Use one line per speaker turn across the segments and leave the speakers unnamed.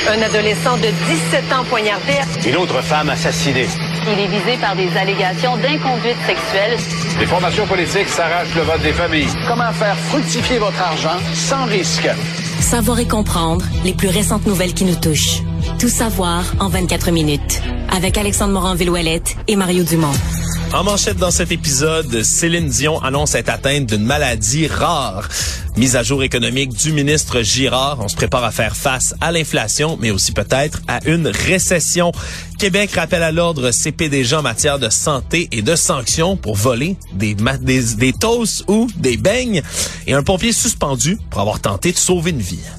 Un adolescent de 17 ans poignardé.
Une autre femme assassinée.
Il est visé par des allégations d'inconduite sexuelle.
Les formations politiques s'arrachent le vote des familles.
Comment faire fructifier votre argent sans risque?
Savoir et comprendre les plus récentes nouvelles qui nous touchent. Tout savoir en 24 minutes. Avec Alexandre Morin-Villouellette et Mario Dumont.
En manchette dans cet épisode, Céline Dion annonce être atteinte d'une maladie rare. Mise à jour économique du ministre Girard. On se prépare à faire face à l'inflation, mais aussi peut-être à une récession. Québec rappelle à l'ordre ses PDG en matière de santé et de sanctions pour voler des toasts ou des beignes. Et un pompier suspendu pour avoir tenté de sauver une vie.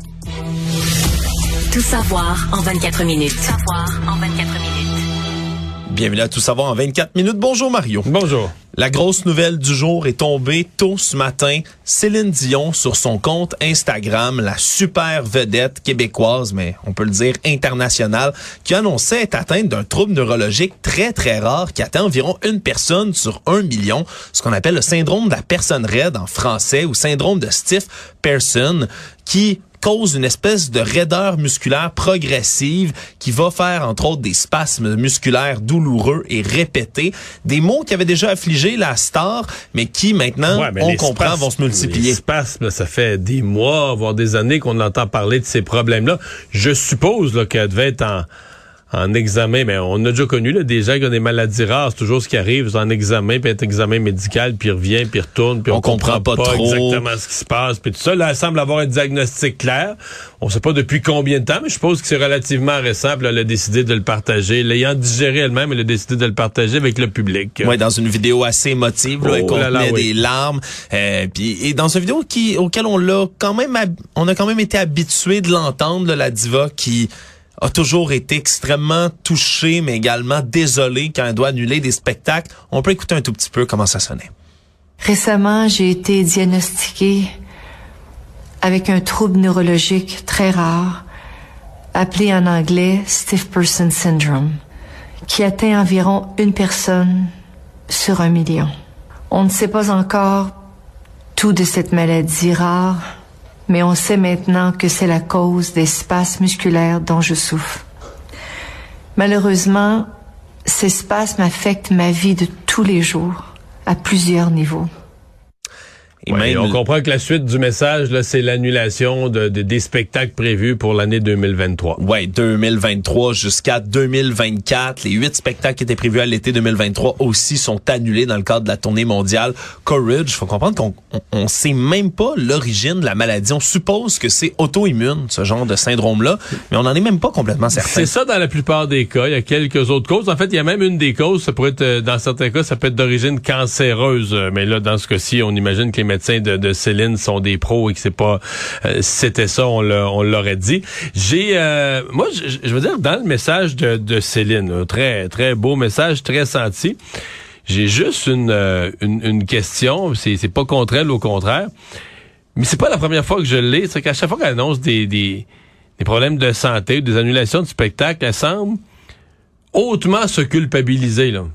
Tout savoir en 24 minutes. Tout savoir en 24 minutes.
Bienvenue à Tout savoir en 24 minutes. Bonjour Mario.
Bonjour.
La grosse nouvelle du jour est tombée tôt ce matin. Céline Dion, sur son compte Instagram, la super vedette québécoise, mais on peut le dire internationale, qui annonçait être atteinte d'un trouble neurologique très, très rare qui atteint environ une personne sur 1 million, ce qu'on appelle le syndrome de la personne raide en français ou syndrome de stiff person, qui cause une espèce de raideur musculaire progressive qui va faire, entre autres, des spasmes musculaires douloureux et répétés. Des mots qui avaient déjà affligé la star, mais qui, maintenant, on comprend, vont se multiplier.
Les spasmes, ça fait des mois, voire des années qu'on entend parler de ces problèmes-là. Je suppose là, qu'elle devait être en examen, mais on a déjà connu là, des gens qui ont des maladies rares, c'est toujours ce qui arrive, en examen, puis un examen médical, puis il revient, puis il retourne, puis on comprend pas trop exactement ce qui se passe, puis tout ça. Là, elle semble avoir un diagnostic clair. On sait pas depuis combien de temps, mais je suppose que c'est relativement récent, puis là, elle a décidé de le partager. L'ayant digéré elle-même, elle a décidé de le partager avec le public.
Oui, dans une vidéo assez émotive, là, elle contenait des larmes. Et dans une vidéo auquel on a quand même été habitué de l'entendre, là, la diva qui a toujours été extrêmement touchée, mais également désolée quand elle doit annuler des spectacles. On peut écouter un tout petit peu comment ça sonnait.
Récemment, j'ai été diagnostiquée avec un trouble neurologique très rare, appelé en anglais Stiff Person Syndrome, qui atteint environ une personne sur 1 million. On ne sait pas encore tout de cette maladie rare, mais on sait maintenant que c'est la cause des spasmes musculaires dont je souffre. Malheureusement, ces spasmes affectent ma vie de tous les jours, à plusieurs niveaux.
Et même
on comprend que la suite du message, là, c'est l'annulation des spectacles prévus pour l'année 2023.
Ouais, 2023 jusqu'à 2024. Les 8 spectacles qui étaient prévus à l'été 2023 aussi sont annulés dans le cadre de la tournée mondiale Courage. Faut comprendre qu'on sait même pas l'origine de la maladie. On suppose que c'est auto-immune, ce genre de syndrome-là, mais on n'en est même pas complètement certain.
C'est ça dans la plupart des cas. Il y a quelques autres causes. En fait, il y a même une des causes. Ça pourrait être, dans certains cas, ça peut être d'origine cancéreuse. Mais là, dans ce cas-ci, on imagine que les médecins de Céline sont des pros et que c'est pas si c'était ça on l'aurait dit. Moi je veux dire dans le message de Céline, très très beau message, très senti. J'ai juste une question, c'est pas contre elle, au contraire. Mais c'est pas la première fois que je l'ai, c'est qu'à chaque fois qu'elle annonce des problèmes de santé ou des annulations de spectacle, elle semble hautement se culpabiliser là.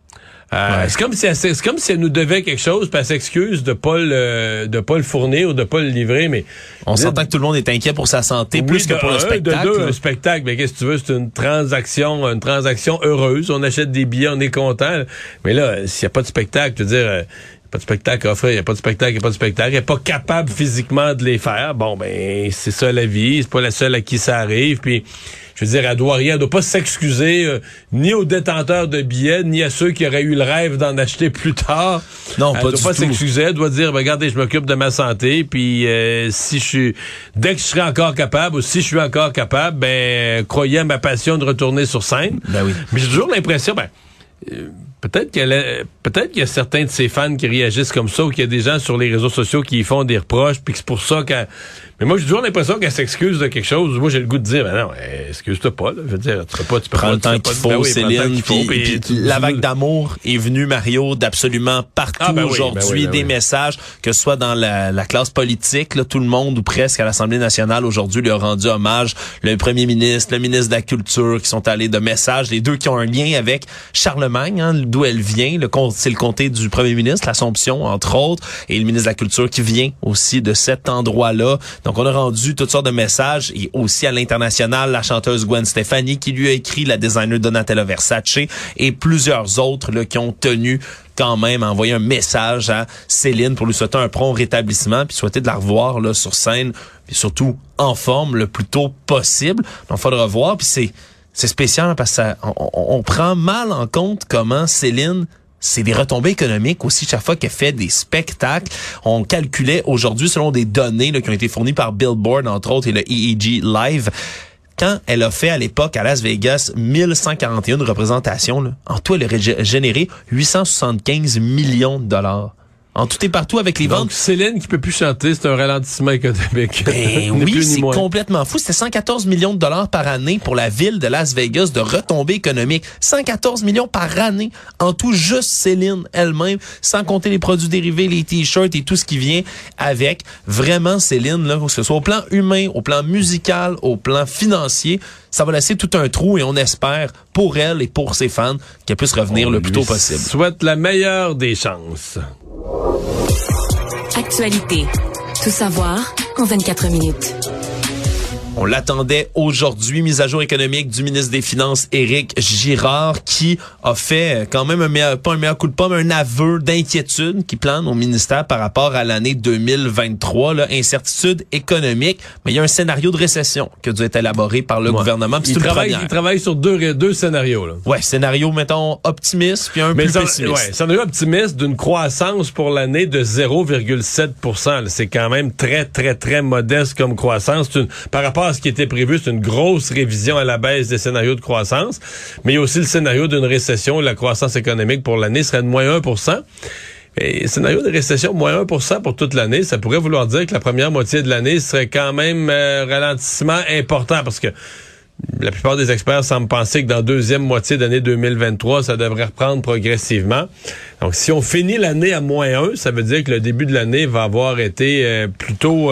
C'est comme si elle nous devait quelque chose, puis elle s'excuse de pas le fournir ou de pas le livrer, mais
on s'entend que tout le monde est inquiet pour sa santé, plus que pour le spectacle.
Un spectacle, mais qu'est-ce que tu veux, c'est une transaction heureuse. On achète des billets, on est content. Mais là, s'il y a pas de spectacle, je veux dire, pas de spectacle à offrir, il y a pas de spectacle, elle est pas capable physiquement de les faire. Bon, ben c'est ça la vie, c'est pas la seule à qui ça arrive, puis je veux dire, elle doit pas s'excuser ni aux détenteurs de billets, ni à ceux qui auraient eu le rêve d'en acheter plus tard.
Non,
elle
pas
doit
du
pas
tout.
s'excuser, elle doit dire, ben, regardez, je m'occupe de ma santé, puis dès que je serai encore capable, ou si je suis encore capable, ben, croyez à ma passion de retourner sur scène.
Ben oui.
Mais j'ai toujours l'impression, peut-être qu'il y a certains de ses fans qui réagissent comme ça, ou qu'il y a des gens sur les réseaux sociaux qui y font des reproches, puis que c'est pour ça qu'elle... Mais moi, j'ai toujours l'impression qu'elle s'excuse de quelque chose. Moi, j'ai le goût de dire, non, excuse-toi pas, là. Je veux dire, tu peux
prends le temps qu'il faut, Céline. Puis la vague d'amour est venue, Mario, d'absolument partout aujourd'hui. Des messages, que ce soit dans la classe politique, là, tout le monde, ou presque, à l'Assemblée nationale, aujourd'hui, lui a rendu hommage. Le premier ministre, le ministre de la Culture, qui sont allés de messages. Les deux qui ont un lien avec Charlemagne, hein, d'où elle vient. C'est le comté du premier ministre, l'Assomption, entre autres. Et le ministre de la Culture qui vient aussi de cet endroit-là. Donc, Donc, on a rendu toutes sortes de messages et aussi à l'international, la chanteuse Gwen Stefani qui lui a écrit, la designer Donatella Versace et plusieurs autres là, qui ont tenu quand même à envoyer un message à Céline pour lui souhaiter un prompt rétablissement puis souhaiter de la revoir là sur scène puis surtout en forme le plus tôt possible. Donc, il faudra voir puis c'est spécial hein, parce que ça, on prend mal en compte comment Céline, c'est des retombées économiques aussi chaque fois qu'elle fait des spectacles. On calculait aujourd'hui, selon des données là, qui ont été fournies par Billboard, entre autres, et le EEG Live, quand elle a fait à l'époque à Las Vegas 1141 représentations, là, en tout, elle a généré 875 millions de dollars. En tout et partout avec les ventes.
Donc, Céline qui peut plus chanter, c'est un ralentissement économique.
Ben oui, c'est complètement fou. C'était 114 millions de dollars par année pour la ville de Las Vegas de retombées économiques. 114 millions par année. En tout, juste Céline elle-même, sans compter les produits dérivés, les t-shirts et tout ce qui vient avec. Vraiment, Céline, là, que ce soit au plan humain, au plan musical, au plan financier, ça va laisser tout un trou et on espère pour elle et pour ses fans qu'elle puisse revenir le plus tôt possible.
Souhaite la meilleure des chances.
Actualité. Tout savoir en 24 minutes.
On l'attendait aujourd'hui, mise à jour économique du ministre des Finances, Éric Girard, qui a fait quand même pas un meilleur coup de pomme, un aveu d'inquiétude qui plane au ministère par rapport à l'année 2023, là, incertitude économique, mais il y a un scénario de récession qui a dû être élaboré par le gouvernement.
Il travaille sur deux scénarios. Là.
Ouais, scénario, mettons, optimiste, puis un plus pessimiste.
Ouais, scénario optimiste d'une croissance pour l'année de 0,7%. C'est quand même très, très, très modeste comme croissance. Par rapport à ce qui était prévu, c'est une grosse révision à la baisse des scénarios de croissance. Mais il y a aussi le scénario d'une récession où la croissance économique pour l'année serait de moins 1%. Et scénario de récession, moins 1% pour toute l'année, ça pourrait vouloir dire que la première moitié de l'année serait quand même ralentissement important parce que la plupart des experts semblent penser que dans la deuxième moitié d'année 2023, ça devrait reprendre progressivement. Donc, si on finit l'année à moins 1, ça veut dire que le début de l'année va avoir été plutôt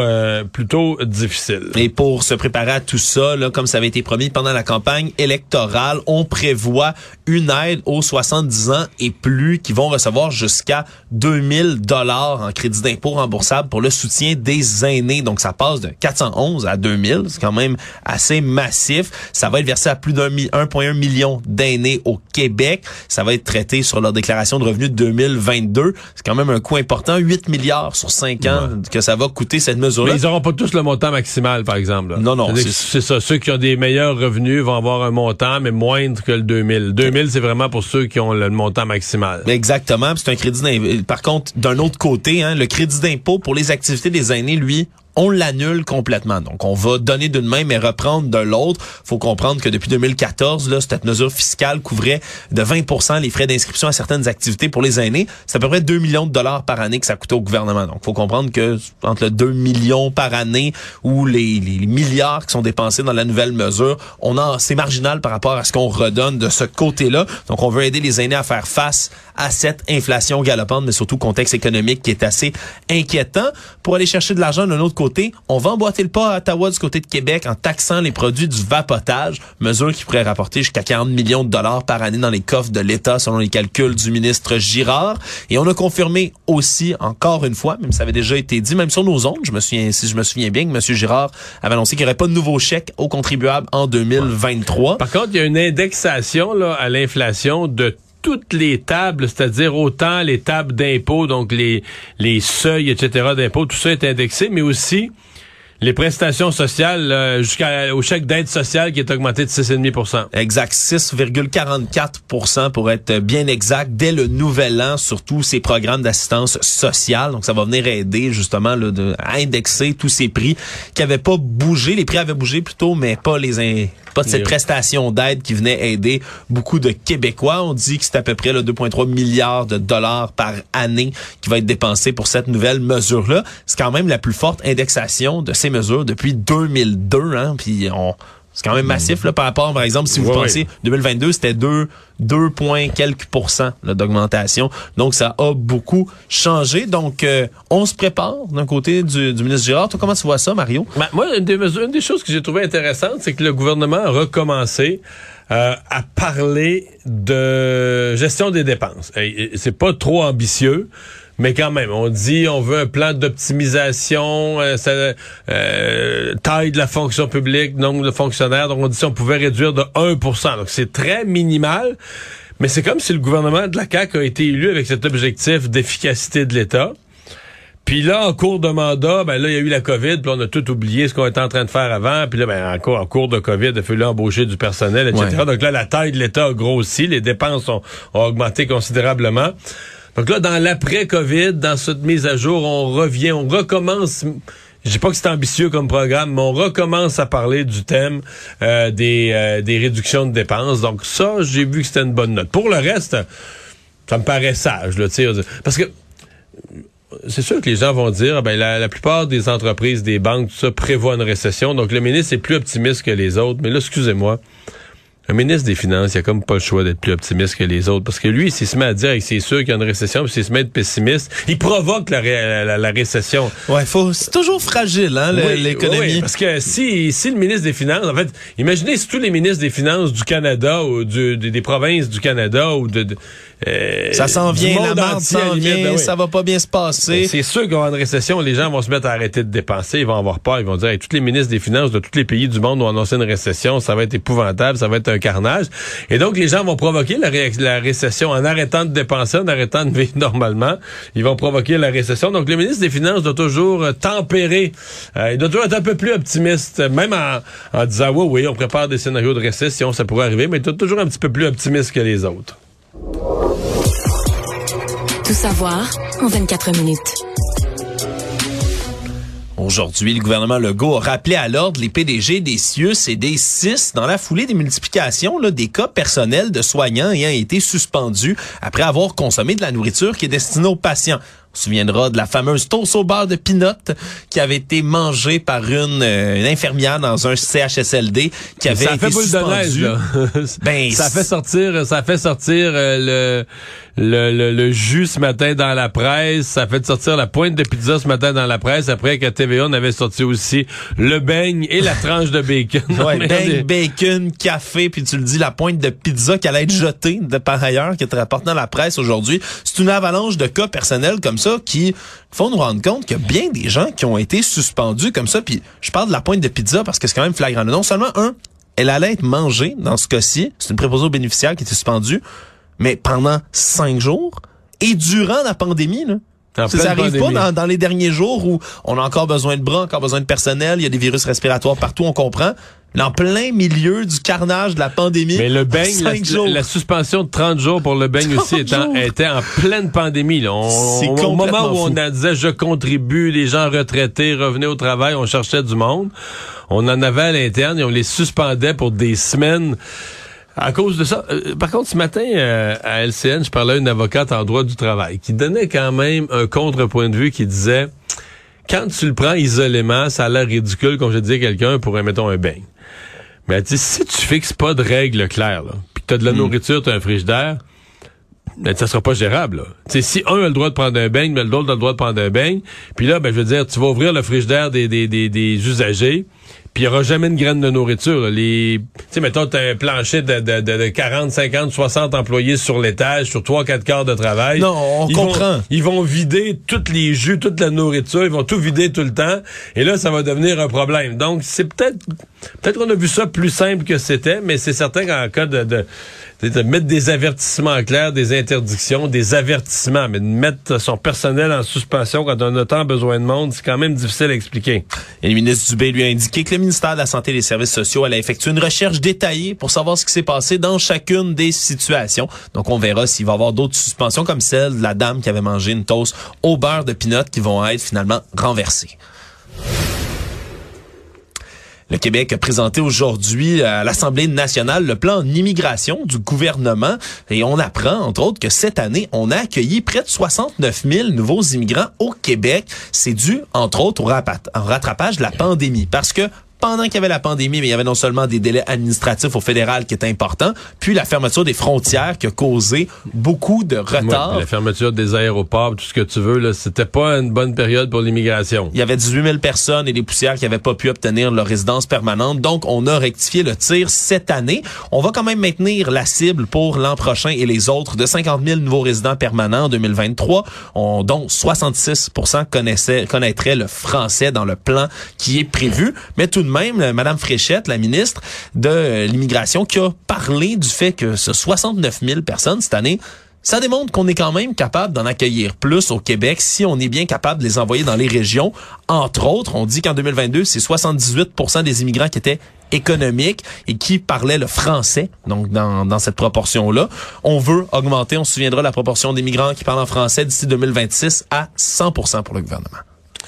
difficile.
Et pour se préparer à tout ça, là, comme ça avait été promis pendant la campagne électorale, on prévoit une aide aux 70 ans et plus qui vont recevoir jusqu'à 2000 $ en crédit d'impôt remboursable pour le soutien des aînés. Donc, ça passe de 411 à 2000. C'est quand même assez massif. Ça va être versé à plus d'1,1 million d'aînés au Québec. Ça va être traité sur leur déclaration de revenus de 2022. C'est quand même un coût important. 8 milliards sur 5 ans que ça va coûter cette mesure-là.
Mais ils n'auront pas tous le montant maximal, par exemple. Là.
Non.
C'est ça. Ceux qui ont des meilleurs revenus vont avoir un montant, mais moindre que le 2000. 2000, c'est vraiment pour ceux qui ont le montant maximal.
Exactement. C'est un crédit d'impôt. Par contre, d'un autre côté, le crédit d'impôt pour les activités des aînés, lui, on l'annule complètement. Donc, on va donner d'une main, mais reprendre de l'autre. Faut comprendre que depuis 2014, là, cette mesure fiscale couvrait de 20% les frais d'inscription à certaines activités pour les aînés. C'est à peu près 2 millions de dollars par année que ça coûtait au gouvernement. Donc, faut comprendre que entre le 2 millions par année ou les milliards qui sont dépensés dans la nouvelle mesure, c'est marginal par rapport à ce qu'on redonne de ce côté-là. Donc, on veut aider les aînés à faire face à cette inflation galopante, mais surtout contexte économique qui est assez inquiétant. Pour aller chercher de l'argent d'un autre côté, on va emboîter le pas à Ottawa du côté de Québec en taxant les produits du vapotage, mesure qui pourrait rapporter jusqu'à 40 millions de dollars par année dans les coffres de l'État selon les calculs du ministre Girard. Et on a confirmé aussi, encore une fois, même ça avait déjà été dit, même sur nos ondes, si je me souviens bien, que M. Girard avait annoncé qu'il n'y aurait pas de nouveau chèque aux contribuables en 2023.
Par contre, il y a une indexation là, à l'inflation de toutes les tables, c'est-à-dire autant les tables d'impôt, donc les seuils, etc. d'impôt, tout ça est indexé, mais aussi les prestations sociales jusqu'au chèque d'aide sociale qui est augmenté de 6,5%.
Exact, 6,44% pour être bien exact, dès le nouvel an, sur tous ces programmes d'assistance sociale. Donc, ça va venir aider justement là, à indexer tous ces prix qui n'avaient pas bougé. Les prix avaient bougé plutôt, mais pas de cette prestation d'aide qui venait aider beaucoup de Québécois. On dit que c'est à peu près 2,3 milliards de dollars par année qui va être dépensé pour cette nouvelle mesure-là. C'est quand même la plus forte indexation de ces mesures depuis 2002, puis c'est quand même massif là, par rapport, par exemple, si vous pensez, 2022, c'était 2 points quelques % là, d'augmentation. Donc, ça a beaucoup changé. Donc, on se prépare d'un côté du ministre Girard. Toi, comment tu vois ça, Mario?
Moi, une des choses que j'ai trouvé intéressante, c'est que le gouvernement a recommencé à parler de gestion des dépenses. C'est pas trop ambitieux, Mais quand même, on dit on veut un plan d'optimisation, taille de la fonction publique, nombre de fonctionnaires. Donc on dit si on pouvait réduire de 1%. Donc c'est très minimal, mais c'est comme si le gouvernement de la CAQ a été élu avec cet objectif d'efficacité de l'État. Puis là, en cours de mandat, ben là, il y a eu la COVID, puis on a tout oublié ce qu'on était en train de faire avant. Puis là, ben encore en cours de COVID, il a fallu embaucher du personnel, etc. Ouais. Donc là, la taille de l'État a grossi, les dépenses ont augmenté considérablement. Donc là, dans l'après-COVID, dans cette mise à jour, on recommence. Je dis pas que c'est ambitieux comme programme, mais on recommence à parler du thème des réductions de dépenses. Donc ça, j'ai vu que c'était une bonne note. Pour le reste, ça me paraît sage, là, tu sais, parce que c'est sûr que les gens vont dire, ben la plupart des entreprises, des banques, tout ça prévoit une récession. Donc le ministre est plus optimiste que les autres. Mais là, excusez-moi, un ministre des Finances, il a comme pas le choix d'être plus optimiste que les autres. Parce que lui, s'il se met à dire que c'est sûr qu'il y a une récession, puis s'il se met à être pessimiste, il provoque la récession. Ouais,
c'est toujours fragile, hein, l'économie.
Oui, parce que si le ministre des Finances, en fait, imaginez si tous les ministres des Finances du Canada ou des provinces du Canada ou
ça s'en vient, la marde s'en vient, ben oui. Ça va pas bien se passer.
C'est sûr qu'en une récession, les gens vont se mettre à arrêter de dépenser, ils vont avoir peur, ils vont dire, hey, tous les ministres des Finances de tous les pays du monde ont annoncé une récession, ça va être épouvantable, ça va être un carnage. Et donc, les gens vont provoquer la récession en arrêtant de dépenser, en arrêtant de vivre normalement. Ils vont provoquer la récession. Donc, le ministre des Finances doit toujours tempérer. Il doit toujours être un peu plus optimiste, même en disant, oui, on prépare des scénarios de récession, ça pourrait arriver, mais il doit toujours un petit peu plus optimiste que les autres.
Tout savoir en 24 minutes.
Aujourd'hui, le gouvernement Legault a rappelé à l'ordre les PDG des CIUS et des CIS dans la foulée des multiplications des cas personnels de soignants ayant été suspendus après avoir consommé de la nourriture qui est destinée aux patients. On se souviendra de la fameuse toast au beurre de peanut qui avait été mangée par une infirmière dans un CHSLD qui avait été suspendu.
Ça fait sortir le jus ce matin dans la presse. Ça fait sortir la pointe de pizza ce matin dans la presse après qu'à TVA on avait sorti aussi le beigne et la tranche de bacon.
Ouais, beigne, bacon, café, puis tu le dis, la pointe de pizza qui allait être jetée de par ailleurs, qui est rapportée dans la presse aujourd'hui. C'est une avalanche de cas personnels comme ça qui font nous rendre compte qu'il y a bien des gens qui ont été suspendus comme ça. Puis je parle de la pointe de pizza parce que c'est quand même flagrant. Non seulement, elle allait être mangée dans ce cas-ci. C'est une préposée aux bénéficiaires qui était suspendue, mais pendant 5 jours et durant la pandémie, là. Ça arrive pas dans les derniers jours où on a encore besoin de bras, encore besoin de personnel, il y a des virus respiratoires partout, on comprend. Mais en plein milieu du carnage de la pandémie.
Mais le beigne, la suspension de 30 jours pour le beigne aussi était en pleine pandémie. Là. Au moment où on disait je contribue, les gens retraités revenaient au travail, on cherchait du monde. On en avait à l'interne et on les suspendait pour des semaines. À cause de ça. Par contre, ce matin, à LCN, je parlais à une avocate en droit du travail qui donnait quand même un contrepoint de vue qui disait, quand tu le prends isolément, ça a l'air ridicule, comme je disais quelqu'un, pour, mettons, un beigne. Mais elle dit, si tu fixes pas de règles claires, là, pis que t'as de la nourriture, t'as un frigidaire, ben, ça sera pas gérable, là. T'sais, si un a le droit de prendre un beigne, mais l'autre a le droit de prendre un beigne, puis là, ben, je veux dire, tu vas ouvrir le frigidaire des usagers, puis il n'y aura jamais une graine de nourriture. Tu sais, mettons, t'as un plancher de 40, 50, 60 employés sur l'étage, sur 3-4 quarts de travail.
Non, on comprend.
Ils vont vider tous les jus, toute la nourriture, ils vont tout vider tout le temps, et là, ça va devenir un problème. Donc, c'est peut-être qu'on a vu ça plus simple que c'était, mais c'est certain qu'en cas de mettre des avertissements clairs, des interdictions, des avertissements, mais de mettre son personnel en suspension quand on a tant besoin de monde, c'est quand même difficile à expliquer.
Et le ministre Dubé lui a indiqué que le ministère de la Santé et des Services sociaux allait effectuer une recherche détaillée pour savoir ce qui s'est passé dans chacune des situations. Donc, on verra s'il va y avoir d'autres suspensions comme celle de la dame qui avait mangé une toast au beurre de peanut qui vont être finalement renversées. Le Québec a présenté aujourd'hui à l'Assemblée nationale le plan immigration du gouvernement et on apprend, entre autres, que cette année, on a accueilli près de 69 000 nouveaux immigrants au Québec. C'est dû, entre autres, au rattrapage de la pandémie parce que pendant qu'il y avait la pandémie, mais il y avait non seulement des délais administratifs au fédéral qui étaient importants, puis la fermeture des frontières qui a causé beaucoup de retard.
La fermeture des aéroports, tout ce que tu veux, là, c'était pas une bonne période pour l'immigration.
Il y avait 18 000 personnes et des poussières qui n'avaient pas pu obtenir leur résidence permanente. Donc, on a rectifié le tir cette année. On va quand même maintenir la cible pour l'an prochain et les autres de 50 000 nouveaux résidents permanents en 2023, dont 66% connaîtraient le français dans le plan qui est prévu. Mais tout de même, Mme Fréchette, la ministre de l'Immigration, qui a parlé du fait que ce 69 000 personnes cette année, ça démontre qu'on est quand même capable d'en accueillir plus au Québec si on est bien capable de les envoyer dans les régions. Entre autres, on dit qu'en 2022, c'est 78% des immigrants qui étaient économiques et qui parlaient le français, donc dans cette proportion-là. On veut augmenter, on se souviendra, la proportion des migrants qui parlent en français d'ici 2026 à 100% pour le gouvernement.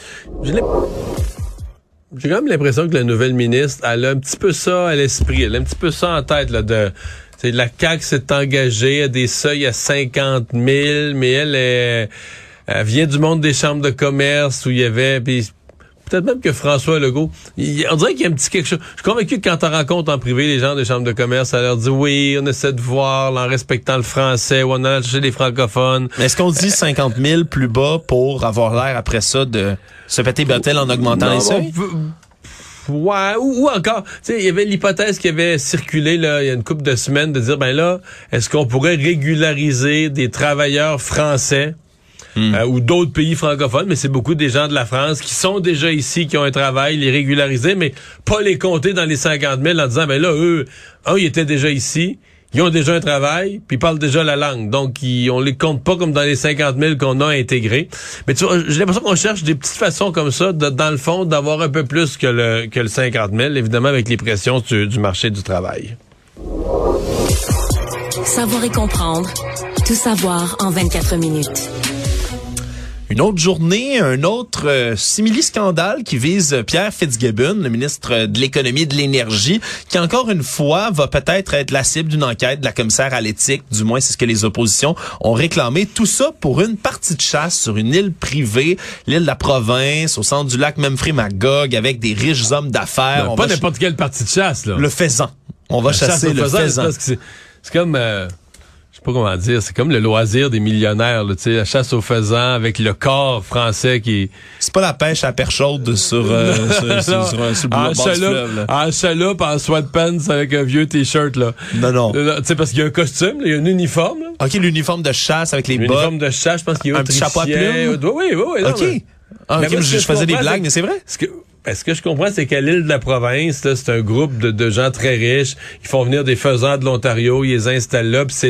J'ai quand même l'impression que la nouvelle ministre, elle a un petit peu ça à l'esprit, elle a un petit peu ça en tête, là, la CAQ s'est engagée à des seuils à 50 000, mais elle vient du monde des chambres de commerce où il y avait, puis peut-être même que François Legault, on dirait qu'il y a un petit quelque chose. Je suis convaincu que quand on rencontre en privé les gens des chambres de commerce, ça leur dit oui, on essaie de voir là, en respectant le français, ou on a cherché les francophones.
Est-ce qu'on dit 50 000 plus bas pour avoir l'air après ça de se péter bretelle en augmentant les seuils?
Ouais, ou encore, tu sais, il y avait l'hypothèse qui avait circulé là il y a une couple de semaines de dire ben là, est-ce qu'on pourrait régulariser des travailleurs français ou d'autres pays francophones, mais c'est beaucoup des gens de la France qui sont déjà ici, qui ont un travail, les régulariser, mais pas les compter dans les 50 000 en disant ben là, eux, ils étaient déjà ici. Ils ont déjà un travail, puis ils parlent déjà la langue. Donc, on les compte pas comme dans les 50 000 qu'on a intégrés. Mais tu vois, j'ai l'impression qu'on cherche des petites façons comme ça, dans le fond, d'avoir un peu plus que le 50 000, évidemment, avec les pressions du marché du travail.
Savoir et comprendre. Tout savoir en 24 minutes.
Une autre journée, un autre simili-scandale qui vise Pierre Fitzgibbon, le ministre de l'Économie et de l'Énergie, qui encore une fois va peut-être être la cible d'une enquête de la commissaire à l'éthique. Du moins, c'est ce que les oppositions ont réclamé. Tout ça pour une partie de chasse sur une île privée, l'île de la Province, au centre du lac Memphrey-Magog, avec des riches hommes d'affaires.
Pas n'importe quelle partie de chasse, là.
Le faisan. On va chasser le faisan.
C'est comme... je sais pas comment dire, c'est comme le loisir des millionnaires, tu sais, la chasse aux faisans avec le corps français qui...
C'est pas la pêche à perche chaude sur le bord du fleuve.
En chaloupe, en sweatpants avec un vieux t-shirt, là.
Non.
Tu sais, parce qu'il y a un costume, il y a un uniforme, là.
OK, l'uniforme de chasse avec les bottes.
L'uniforme de chasse, je pense qu'il y a un
petit chapeau à plumes.
Oui. Non,
OK. Je faisais des blagues, mais c'est vrai?
Ce que je comprends, c'est qu'à l'île de la Province, là, c'est un groupe de gens très riches. Ils font venir des faisans de l'Ontario, ils les installent là, puis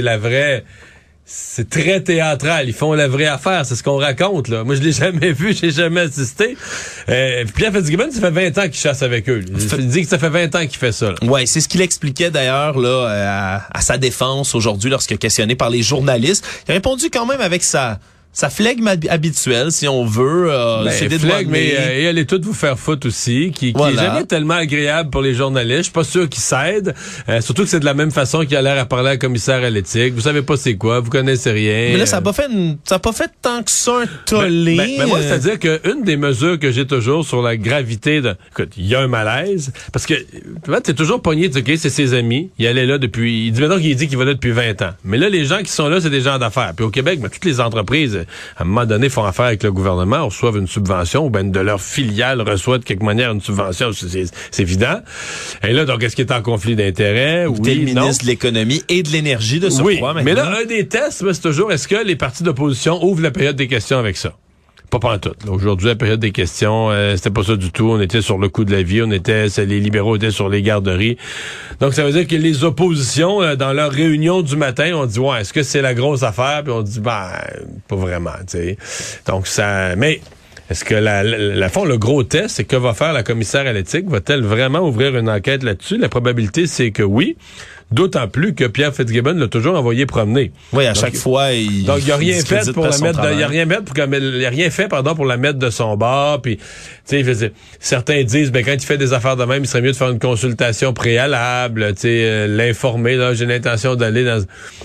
c'est très théâtral. Ils font la vraie affaire, c'est ce qu'on raconte, là. Moi, je l'ai jamais vu, j'ai jamais assisté. Pierre Fitzgibbon, ça fait 20 ans qu'il chasse avec eux. Il dit que ça fait 20 ans qu'il fait ça, là.
Ouais, c'est ce qu'il expliquait d'ailleurs là à sa défense aujourd'hui lorsque questionné par les journalistes. Il a répondu quand même avec sa flegme habituelle, si on veut. C'est des
flegme, mais et allez toutes vous faire foutre aussi, qui est jamais tellement agréable pour les journalistes. Je suis pas sûr qu'ils s'aident. Surtout que c'est de la même façon qu'il a l'air à parler à la commissaire à l'éthique. Vous savez pas c'est quoi, vous connaissez rien.
Mais là, ça a pas fait tant que ça un tollé.
Mais moi, c'est-à-dire qu'une des mesures que j'ai toujours sur la gravité écoute, il y a un malaise, parce que t'es toujours pogné, OK, c'est ses amis. Il allait là depuis... Il dit maintenant qu'il dit qu'il va là depuis 20 ans. Mais là, les gens qui sont là, c'est des gens d'affaires. Puis au Québec, toutes les entreprises, à un moment donné, font affaire avec le gouvernement, reçoivent une subvention, ou ben de leur filiale reçoit de quelque manière une subvention, c'est évident. Et là, donc, est-ce qu'il est en conflit d'intérêts?
Oui, t'es le ministre de l'Économie et de l'Énergie de surcroît.
Oui, mais là, un des tests, c'est toujours, est-ce que les partis d'opposition ouvrent la période des questions avec ça? Pas pantoute. Aujourd'hui, la période des questions, c'était pas ça du tout. On était sur le coût de la vie. Les libéraux étaient sur les garderies. Donc, ça veut dire que les oppositions, dans leur réunion du matin, on dit, ouais, est-ce que c'est la grosse affaire? Puis on dit, pas vraiment, tu sais. Donc, mais est-ce que le gros test, c'est que va faire la commissaire à l'éthique? Va-t-elle vraiment ouvrir une enquête là-dessus? La probabilité, c'est que oui. D'autant plus que Pierre Fitzgibbon l'a toujours envoyé promener.
Oui, chaque fois, il
a rien fait pour la mettre il a rien fait pour la mettre de son bord, puis tu sais, certains disent quand il fait des affaires de même, il serait mieux de faire une consultation préalable, tu sais, l'informer là, j'ai l'intention d'aller dans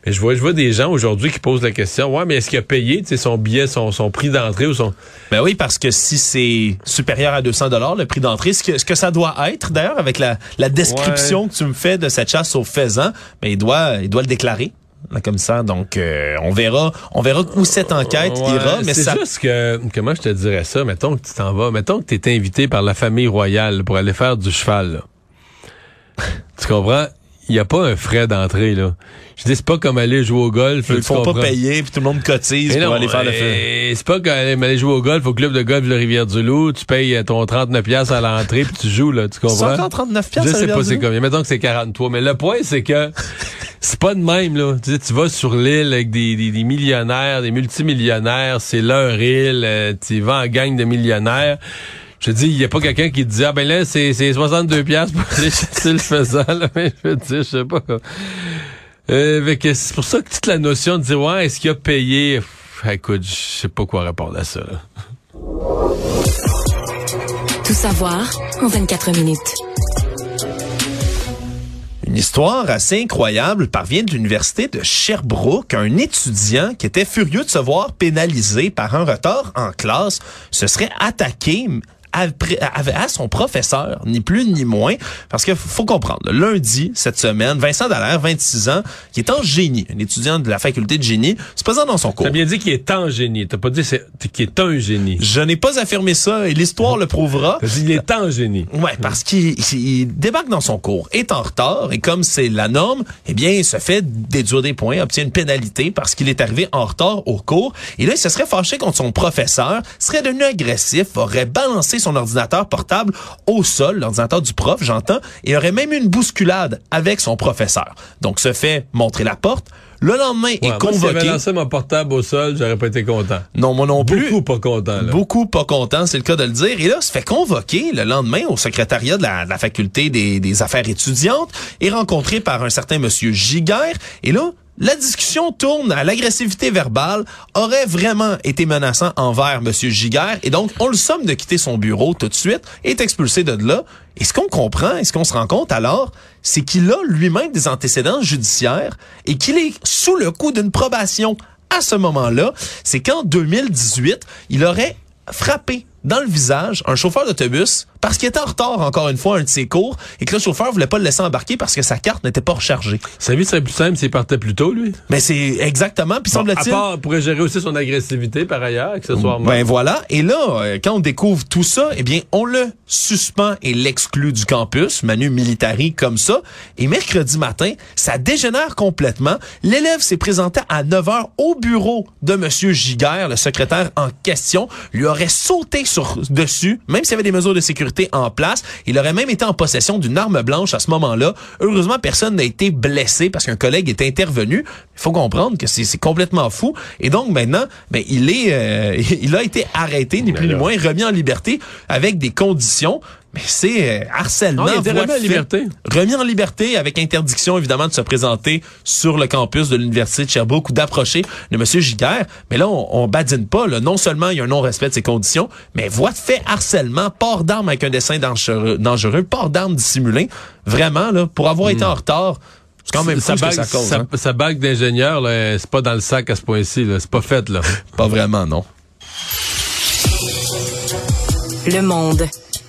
Mais je vois des gens aujourd'hui qui posent la question, ouais, mais est-ce qu'il a payé son billet, son prix d'entrée ou son...
Ben oui, parce que si c'est supérieur à 200 $ le prix d'entrée, ce que ça doit être, d'ailleurs, avec la description que tu me fais de cette chasse aux faisans, ben il doit le déclarer. Le commissaire, donc on verra où cette enquête ira. Mais
c'est juste que, comment je te dirais ça, mettons que tu t'en vas, mettons que tu es invité par la famille royale pour aller faire du cheval, là. Tu comprends? Il n'y a pas un frais d'entrée, là. Je dis, c'est pas comme aller jouer au golf.
Ils font pas payer, puis tout le monde cotise pour aller faire le fait.
C'est pas comme aller jouer au golf au club de golf de Rivière-du-Loup, tu payes ton 39$ à l'entrée, puis tu joues, là, tu comprends?
C'est encore 39$
Je sais pas c'est combien. Mettons que c'est 43. Mais le point, c'est que c'est pas de même, là. Tu vas sur l'île avec des millionnaires, des multimillionnaires, c'est leur île, tu vas en gang de millionnaires. Je te dis, il n'y a pas quelqu'un qui te dit, ah ben là, c'est 62$ pour aller chasser le faisan, là. Mais je veux dire, je sais pas. C'est pour ça que toute la notion de dire, ouais, est-ce qu'il a payé? Écoute, je sais pas quoi répondre à ça, là.
Tout savoir en 24 minutes.
Une histoire assez incroyable parvient de l'université de Sherbrooke. Un étudiant qui était furieux de se voir pénalisé par un retard en classe se serait attaqué à son professeur, ni plus ni moins, parce que faut comprendre, le lundi, cette semaine, Vincent Dallaire, 26 ans, qui est en génie, un étudiant de la faculté de génie, se présente dans son cours.
T'as bien dit qu'il est en génie, t'as pas dit qu'il est un génie.
Je n'ai pas affirmé ça, et l'histoire le prouvera.
T'as dit il est en génie.
Ouais, parce qu'il débarque dans son cours, est en retard, et comme c'est la norme, eh bien, il se fait déduire des points, obtient une pénalité parce qu'il est arrivé en retard au cours, et là, il se serait fâché contre son professeur, serait devenu agressif, aurait balancé son ordinateur portable au sol, l'ordinateur du prof, j'entends, et aurait même eu une bousculade avec son professeur. Donc, se fait montrer la porte. Le lendemain, est convoqué.
Moi, si j'avais lancé mon portable au sol, j'aurais pas été content.
Non, moi non plus.
Beaucoup pas content, là.
Beaucoup pas content, c'est le cas de le dire. Et là, se fait convoquer le lendemain au secrétariat de la faculté des affaires étudiantes et rencontré par un certain monsieur Giguère. Et là, la discussion tourne à l'agressivité verbale, aurait vraiment été menaçant envers monsieur Giguère, et donc on le somme de quitter son bureau tout de suite et est expulsé de là. Et ce qu'on comprend, et ce qu'on se rend compte alors, c'est qu'il a lui-même des antécédents judiciaires et qu'il est sous le coup d'une probation à ce moment-là. C'est qu'en 2018, il aurait frappé dans le visage un chauffeur d'autobus parce qu'il était en retard encore une fois à un de ses cours et que le chauffeur voulait pas le laisser embarquer parce que sa carte n'était pas rechargée.
Sa vie serait plus simple s'il partait plus tôt, lui.
Mais c'est exactement. Puis semble-t-il.
À part, pourrait gérer aussi son agressivité par ailleurs, accessoirement.
Ben voilà. Et là, quand on découvre tout ça, eh bien, on le suspend et l'exclut du campus, manu militari comme ça. Et mercredi matin, ça dégénère complètement. L'élève s'est présenté à 9h au bureau de monsieur Giguère, le secrétaire en question, lui aurait sauté dessus, même s'il y avait des mesures de sécurité en place. Il aurait même été en possession d'une arme blanche à ce moment-là. Heureusement, personne n'a été blessé parce qu'un collègue est intervenu. Il faut comprendre que c'est complètement fou. Et donc, maintenant, ben, il a été arrêté, ni plus ni moins, remis en liberté avec des conditions. Mais c'est harcèlement.
Il a été remis en liberté.
Remis en liberté avec interdiction, évidemment, de se présenter sur le campus de l'Université de Sherbrooke ou d'approcher de M. Giguère. Mais là, on badine pas. Là. Non seulement il y a un non-respect de ses conditions, mais voie de fait harcèlement, port d'armes avec un dessin dangereux, port d'armes dissimulé. Vraiment, là, pour avoir été en retard, c'est quand même fou ce que ça cause.
Sa bague d'ingénieur, là, c'est pas dans le sac à ce point-ci. Là. C'est pas fait, là.
Pas vraiment, non.
Le Monde.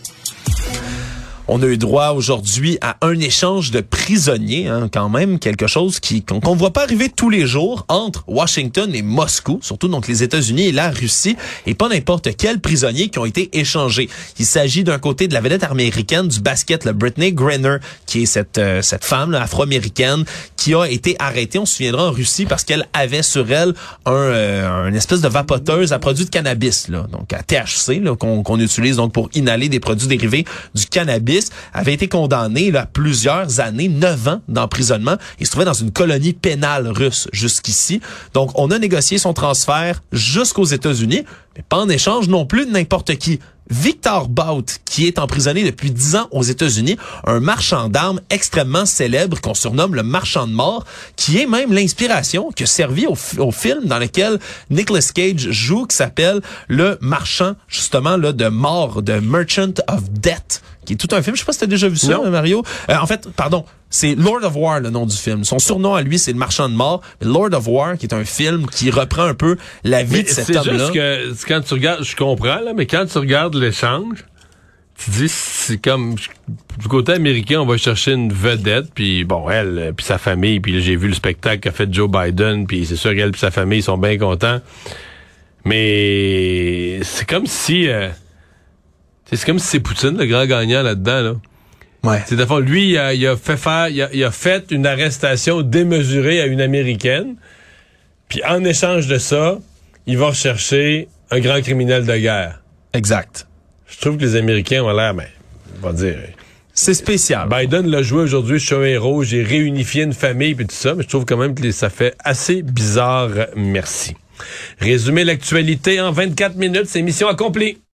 On a eu droit aujourd'hui à un échange de prisonniers, hein, quand même, quelque chose qu'on voit pas arriver tous les jours entre Washington et Moscou, surtout donc les États-Unis et la Russie, et pas n'importe quels prisonniers qui ont été échangés. Il s'agit d'un côté de la vedette américaine du basket, le Brittney Griner, qui est cette femme là, afro-américaine qui a été arrêtée, on se souviendra, en Russie parce qu'elle avait sur elle une espèce de vapoteuse à produits de cannabis, là, donc à THC, là, qu'on utilise donc pour inhaler des produits dérivés du cannabis. Avait été condamné là, à plusieurs années, 9 ans d'emprisonnement. Il se trouvait dans une colonie pénale russe jusqu'ici. Donc, on a négocié son transfert jusqu'aux États-Unis, mais pas en échange non plus de n'importe qui. Victor Bout, qui est emprisonné depuis 10 ans aux États-Unis, un marchand d'armes extrêmement célèbre qu'on surnomme le marchand de mort, qui est même l'inspiration qui a servi au film dans lequel Nicolas Cage joue, qui s'appelle Le marchand, justement, là, de mort, de Merchant of Death, qui est tout un film. Je sais pas si t'as déjà vu ça,
non.
Mario. En fait, pardon, c'est Lord of War, le nom du film. Son surnom à lui, c'est le marchand de mort. Lord of War, qui est un film qui reprend un peu la vie de cet homme-là.
C'est juste que quand tu regardes, je comprends, là, mais quand tu regardes l'échange, tu dis, c'est comme, du côté américain, on va chercher une vedette, puis bon, elle, puis sa famille, puis j'ai vu le spectacle qu'a fait Joe Biden, puis c'est sûr qu'elle puis sa famille sont bien contents. Mais c'est comme si c'est Poutine, le grand gagnant là-dedans, là.
Ouais.
C'est de fond, lui, il a fait une arrestation démesurée à une Américaine, puis en échange de ça, il va rechercher un grand criminel de guerre.
Exact.
Je trouve que les Américains ont l'air, on va dire...
C'est spécial.
Biden l'a joué aujourd'hui, je suis un héros, j'ai réunifié une famille puis tout ça, mais je trouve quand même que ça fait assez bizarre. Merci. Résumer l'actualité en 24 minutes, c'est mission accomplie.